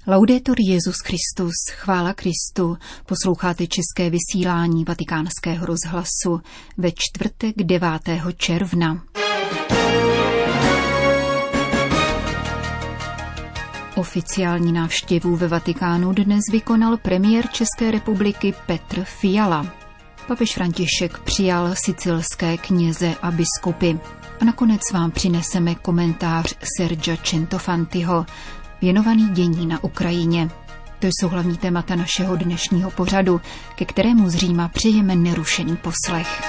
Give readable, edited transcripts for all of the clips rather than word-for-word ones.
Laudetur Jesus Christus, chvála Kristu, posloucháte české vysílání Vatikánského rozhlasu ve čtvrtek 9. června. Oficiální návštěvu ve Vatikánu dnes vykonal premiér České republiky Petr Fiala. Papež František přijal sicilské kněze a biskupy. A nakonec vám přineseme komentář Sergia Centofantiho, věnovaný dění na Ukrajině. To jsou hlavní témata našeho dnešního pořadu, ke kterému z Říma přejeme nerušený poslech.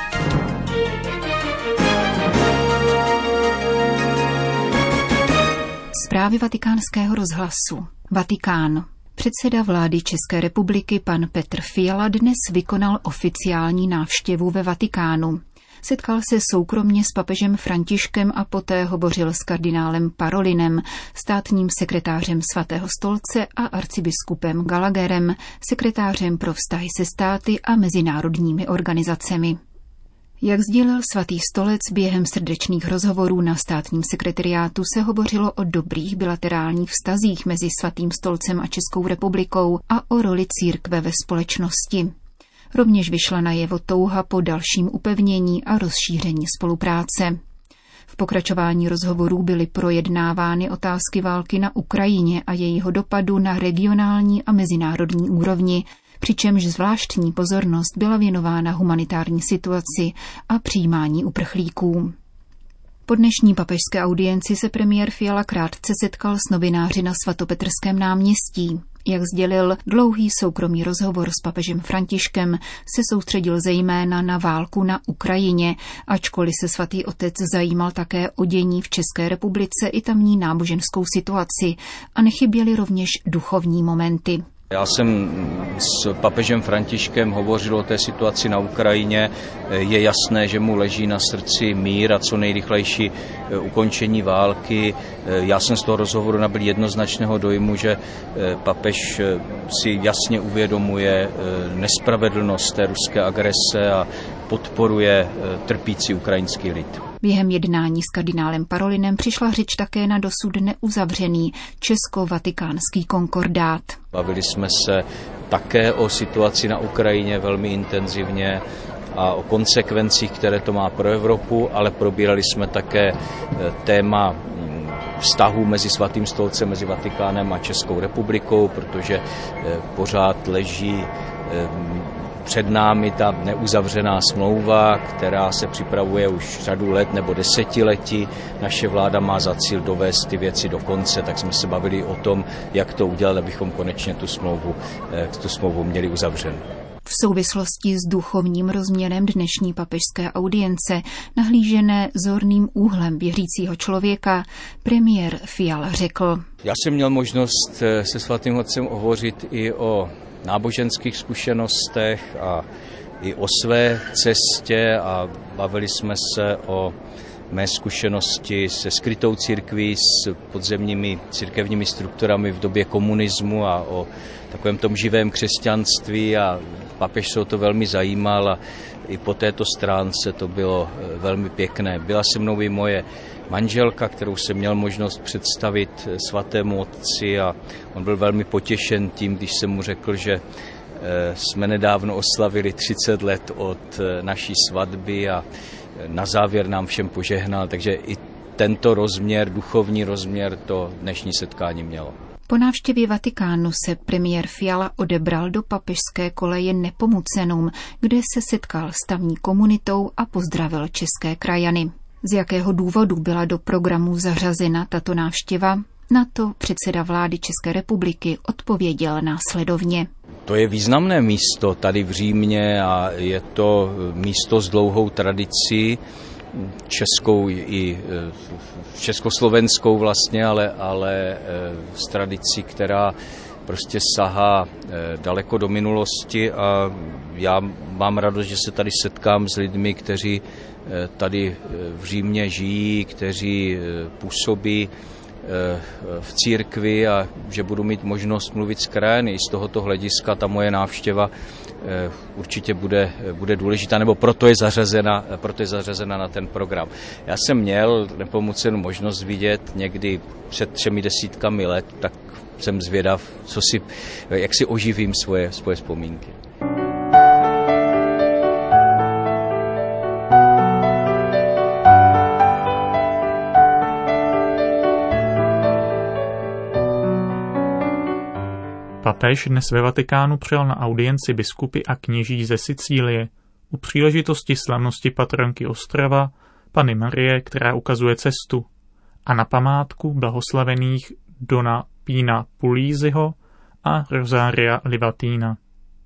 Zprávy Vatikánského rozhlasu. Vatikán. Předseda vlády České republiky pan Petr Fiala dnes vykonal oficiální návštěvu ve Vatikánu. Setkal se soukromně s papežem Františkem a poté hovořil s kardinálem Parolinem, státním sekretářem Svatého stolce a arcibiskupem Gallagherem, sekretářem pro vztahy se státy a mezinárodními organizacemi. Jak sdělil Svatý stolec během srdečných rozhovorů na státním sekretariátu, se hovořilo o dobrých bilaterálních vztazích mezi Svatým stolcem a Českou republikou a o roli církve ve společnosti. Rovněž vyšla najevo touha po dalším upevnění a rozšíření spolupráce. V pokračování rozhovorů byly projednávány otázky války na Ukrajině a jejího dopadu na regionální a mezinárodní úrovni, přičemž zvláštní pozornost byla věnována humanitární situaci a přijímání uprchlíků. Po dnešní papežské audienci se premiér Fiala krátce setkal s novináři na Svatopetrském náměstí. Jak sdělil, dlouhý soukromý rozhovor s papežem Františkem se soustředil zejména na válku na Ukrajině, ačkoliv se svatý otec zajímal také o dění v České republice i tamní náboženskou situaci a nechyběly rovněž duchovní momenty. Já jsem s papežem Františkem hovořil o té situaci na Ukrajině. Je jasné, že mu leží na srdci mír a co nejrychlejší ukončení války. Já jsem z toho rozhovoru nabyl jednoznačného dojmu, že papež si jasně uvědomuje nespravedlnost té ruské agrese a podporuje trpící ukrajinský lid. Během jednání s kardinálem Parolinem přišla řeč také na dosud neuzavřený česko-vatikánský konkordát. Bavili jsme se také o situaci na Ukrajině velmi intenzivně a o konsekvencích, které to má pro Evropu, ale probírali jsme také téma vztahu mezi Svatým stolcem, mezi Vatikánem a Českou republikou, protože pořád leží před námi ta neuzavřená smlouva, která se připravuje už řadu let nebo desetiletí. Naše vláda má za cíl dovést ty věci do konce, tak jsme se bavili o tom, jak to udělat, abychom konečně tu smlouvu měli uzavřenou. V souvislosti s duchovním rozměrem dnešní papežské audience, nahlížené zorným úhlem věřícího člověka, premiér Fiala řekl: Já jsem měl možnost se svatým otcem hovořit i o náboženských zkušenostech a i o své cestě a bavili jsme se o mé zkušenosti se skrytou církví, s podzemními církevními strukturami v době komunismu a o takovém tom živém křesťanství a papež se o to velmi zajímal a i po této stránce to bylo velmi pěkné. Byla se mnou i moje manželka, kterou jsem měl možnost představit svatému otci a on byl velmi potěšen tím, když jsem mu řekl, že jsme nedávno oslavili 30 let od naší svatby a na závěr nám všem požehnal, takže i tento rozměr, duchovní rozměr to dnešní setkání mělo. Po návštěvě Vatikánu se premiér Fiala odebral do papežské koleje Nepomucenum, kde se setkal s tamní komunitou a pozdravil české krajany. Z jakého důvodu byla do programu zařazena tato návštěva? Na to předseda vlády České republiky odpověděl následovně. To je významné místo tady v Římě a je to místo s dlouhou tradicí, českou i československou vlastně, ale s tradicí, která prostě sahá daleko do minulosti a já mám radost, že se tady setkám s lidmi, kteří tady v Římě žijí, kteří působí v církvi a že budu mít možnost mluvit s krajány. I z tohoto hlediska ta moje návštěva určitě bude důležitá, nebo proto je zařazena na ten program. Já jsem měl nepomucenou možnost vidět někdy před 30 let, tak jsem zvědav, jak si oživím svoje vzpomínky. Papež dnes ve Vatikánu přijal na audienci biskupy a kněží ze Sicílie u příležitosti slavnosti patronky ostrova, Panny Marie, která ukazuje cestu, a na památku blahoslavených Dona Pina Puglisiho a Rosaria Livattina.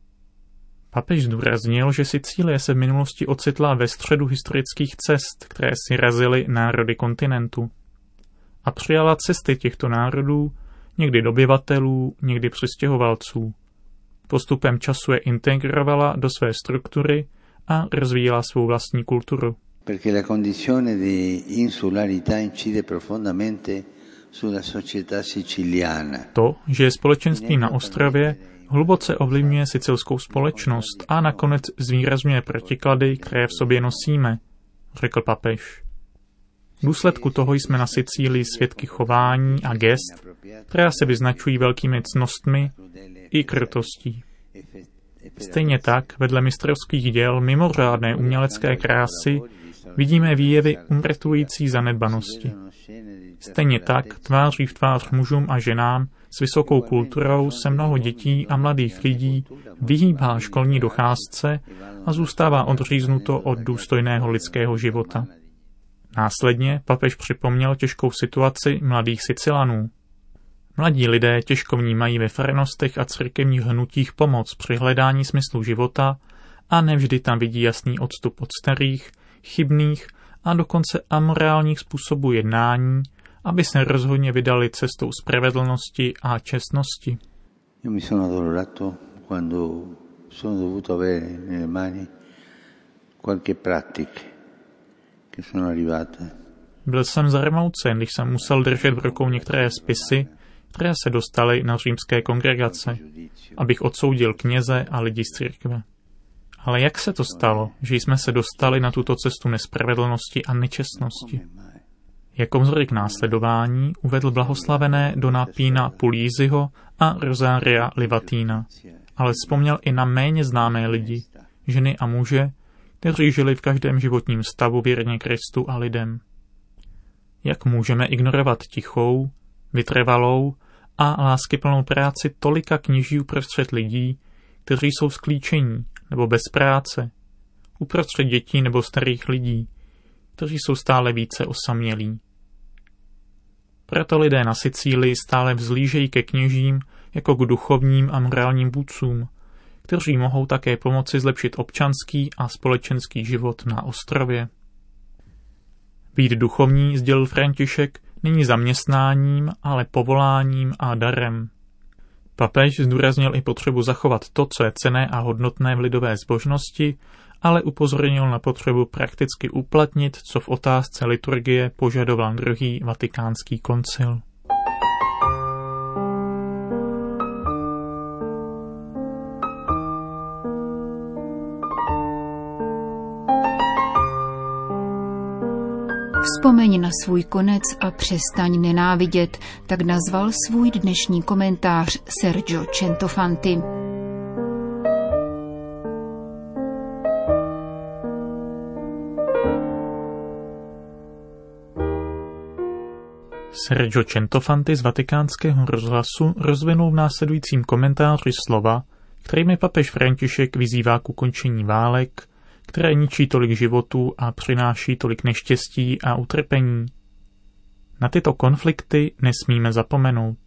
Papež zdůraznil, že Sicílie se v minulosti ocitla ve středu historických cest, které si razily národy kontinentu, a přijala cesty těchto národů, někdy dobyvatelů, někdy přistěhovalců. Postupem času je integrovala do své struktury a rozvíjela svou vlastní kulturu. Perché la condizione di insularità incide profondamente sulla società siciliana. To, že je společenství na ostrově, hluboce ovlivňuje sicilskou společnost a nakonec zvýrazňuje protiklady, které v sobě nosíme, řekl papež. V důsledku toho jsme na Sicílii svědky chování a gest, která se vyznačují velkými ctnostmi i krutostí. Stejně tak, vedle mistrovských děl mimořádné umělecké krásy, vidíme výjevy umrtvující zanedbanosti. Stejně tak, tváří v tvář mužům a ženám s vysokou kulturou se mnoho dětí a mladých lidí vyhýbá školní docházce a zůstává odříznuto od důstojného lidského života. Následně papež připomněl těžkou situaci mladých Sicilanů. Mladí lidé těžko vnímají ve farnostech a církevních hnutích pomoc při hledání smyslu života a nevždy tam vidí jasný odstup od starých, chybných a dokonce amorálních způsobů jednání, aby se rozhodně vydali cestou spravedlnosti a čestnosti. Io mi sono addolorato quando sono dovuto avere nelle mani qualche pratica che sono arrivate. Byl jsem zarmoucen, když jsem musel držet v rukou některé spisy, které se dostaly na římské kongregace, abych odsoudil kněze a lidi z církve. Ale jak se to stalo, že jsme se dostali na tuto cestu nespravedlnosti a nečestnosti? Jako vzor k následování uvedl blahoslavené Dona Pina Puglisiho a Rosaria Livattina, ale vzpomněl i na méně známé lidi, ženy a muže, kteří žili v každém životním stavu věrně Kristu a lidem. Jak můžeme ignorovat tichou, vytrvalou a láskyplnou práci tolika kněží uprostřed lidí, kteří jsou sklíčení nebo bez práce, uprostřed dětí nebo starých lidí, kteří jsou stále více osamělí. Proto lidé na Sicílii stále vzlížejí ke kněžím jako k duchovním a morálním vůdcům, kteří mohou také pomoci zlepšit občanský a společenský život na ostrově. Být duchovní, sdělil František, není zaměstnáním, ale povoláním a darem. Papež zdůraznil i potřebu zachovat to, co je cenné a hodnotné v lidové zbožnosti, ale upozornil na potřebu prakticky uplatnit, co v otázce liturgie požadoval druhý vatikánský koncil. Vzpomeň na svůj konec a přestaň nenávidět, tak nazval svůj dnešní komentář Sergio Centofanti. Sergio Centofanti z Vatikánského rozhlasu rozvinul v následujícím komentáři slova, kterými papež František vyzývá k ukončení válek, které ničí tolik životů a přináší tolik neštěstí a utrpení. Na tyto konflikty nesmíme zapomenout.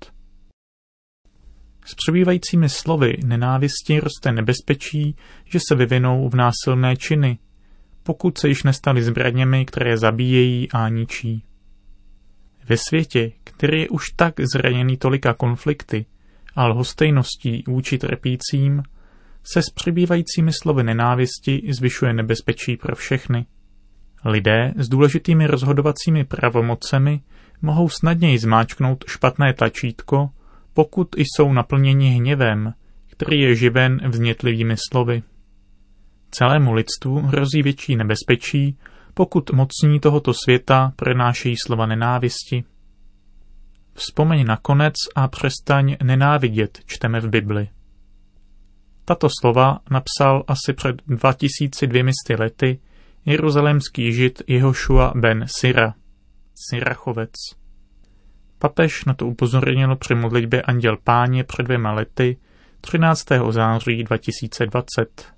S přibývajícími slovy nenávisti roste nebezpečí, že se vyvinou v násilné činy, pokud se již nestaly zbraněmi, které zabíjejí a ničí. Ve světě, který je už tak zraněný tolika konflikty a lhostejností vůči trpícím, se s přibývajícími slovy nenávisti zvyšuje nebezpečí pro všechny. Lidé s důležitými rozhodovacími pravomocemi mohou snadněji zmáčknout špatné tlačítko, pokud jsou naplněni hněvem, který je živen vznětlivými slovy. Celému lidstvu hrozí větší nebezpečí, pokud mocní tohoto světa pronášejí slova nenávisti. Vzpomeň na konec a přestaň nenávidět, čteme v Bibli. Tato slova napsal asi před 2200 lety jeruzalémský žid Jehošua ben Sira, Sirachovec. Papež na to upozornil při modlitbě Anděl Páně před 2 lety 13. září 2020.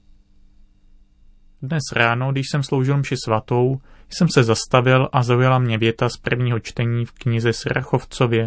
Dnes ráno, když jsem sloužil mši svatou, jsem se zastavil a zaujala mě věta z prvního čtení v knize Sirachovcově.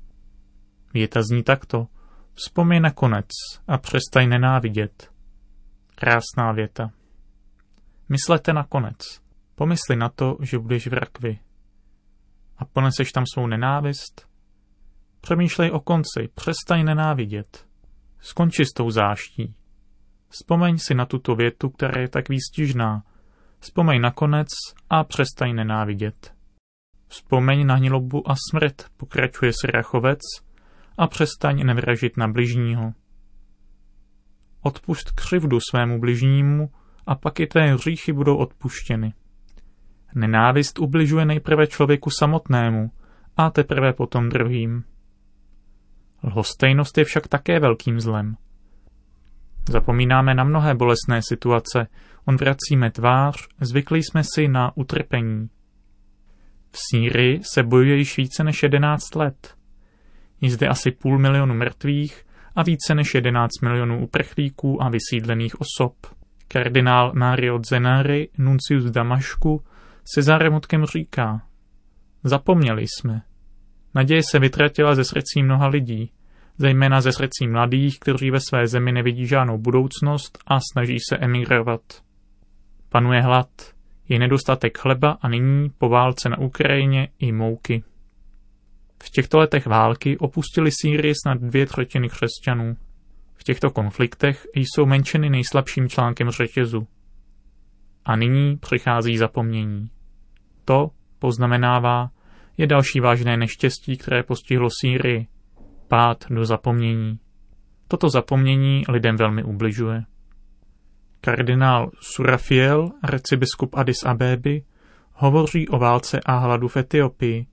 Věta zní takto: Vzpomeň na konec a přestaň nenávidět. Krásná věta. Myslete na konec. Pomysli na to, že budeš v rakvi. A poneseš tam svou nenávist? Přemýšlej o konci, přestaň nenávidět. Skonči s tou záští. Vzpomeň si na tuto větu, která je tak výstižná. Vzpomeň na konec a přestaň nenávidět. Vzpomeň na hnilobu a smrt, pokračuje Sirachovec, a přestaň nevražit na bližního. Odpusť křivdu svému bližnímu a pak i tvé hříchy budou odpuštěny. Nenávist ubližuje nejprve člověku samotnému a teprve potom druhým. Lhostejnost je však také velkým zlem. Zapomínáme na mnohé bolestné situace, odvracíme tvář, zvykli jsme si na utrpení. V Sýrii se bojuje již více než 11 let. Je zde asi 500 000 mrtvých a více než 11 milionů uprchlíků a vysídlených osob. Kardinál Mario Zenari, nuncius v Damašku, se zármutkem říká: Zapomněli jsme. Naděje se vytratila ze srdcí mnoha lidí, zejména ze srdcí mladých, kteří ve své zemi nevidí žádnou budoucnost a snaží se emigrovat. Panuje hlad, je nedostatek chleba a nyní po válce na Ukrajině i mouky. V těchto letech války opustili Sýrii snad 2/3 křesťanů. V těchto konfliktech jsou menšiny nejslabším článkem řetězu. A nyní přichází zapomnění. To, poznamenává, je další vážné neštěstí, které postihlo Sýrii. Pád do zapomnění. Toto zapomnění lidem velmi ubližuje. Kardinál Surafiel, arcibiskup Addis Abéby, hovoří o válce a hladu v Etiopii.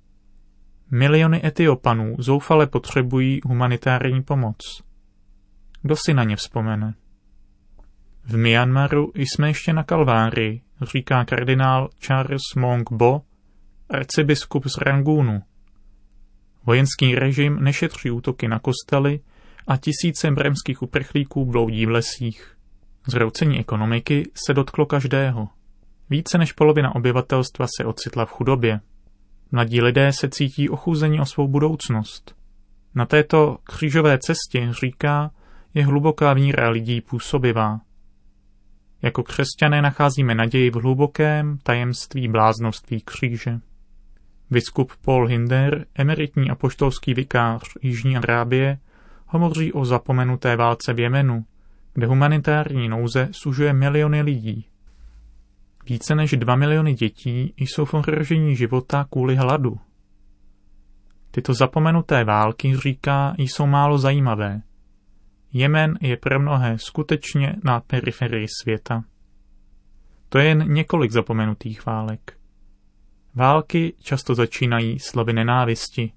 Miliony Etiopanů zoufale potřebují humanitární pomoc. Kdo si na ně vzpomene? V Myanmaru jsme ještě na Kalvárii, říká kardinál Charles Mong Bo, arcibiskup z Rangúnu. Vojenský režim nešetří útoky na kostely a tisíce bremských uprchlíků bloudí v lesích. Zhroucení ekonomiky se dotklo každého. Více než polovina obyvatelstva se ocitla v chudobě. Mladí lidé se cítí ochuzení o svou budoucnost. Na této křížové cestě, říká, je hluboká víra lidí působivá. Jako křesťané nacházíme naději v hlubokém tajemství bláznoství kříže. Biskup Paul Hinder, emeritní apoštolský vikář Jižní Arábie, hovoří o zapomenuté válce v Jemenu, kde humanitární nouze sužuje miliony lidí. Více než 2 miliony dětí jsou v ohrožení života kvůli hladu. Tyto zapomenuté války, říká, jsou málo zajímavé. Jemen je pro mnohé skutečně na periferii světa. To je jen několik zapomenutých válek. Války často začínají slovy nenávisti.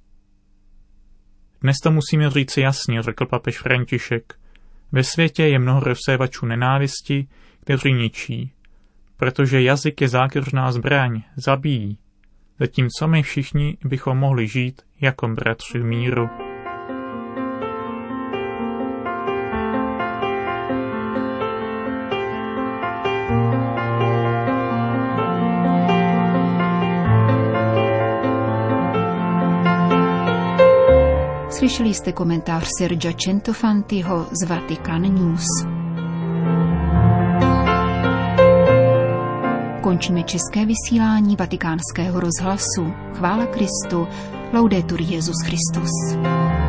Dnes to musíme říci jasně, řekl papež František. Ve světě je mnoho rozsévačů nenávisti, kteří ničí, protože jazyk je zákeřná zbraň, zabíjí, zatímco my všichni bychom mohli žít jako bratři v míru. Slyšeli jste komentář Sergia Centofantiho z Vatican News. Končíme české vysílání Vatikánského rozhlasu. Chvála Kristu. Laudetur Jesus Christus.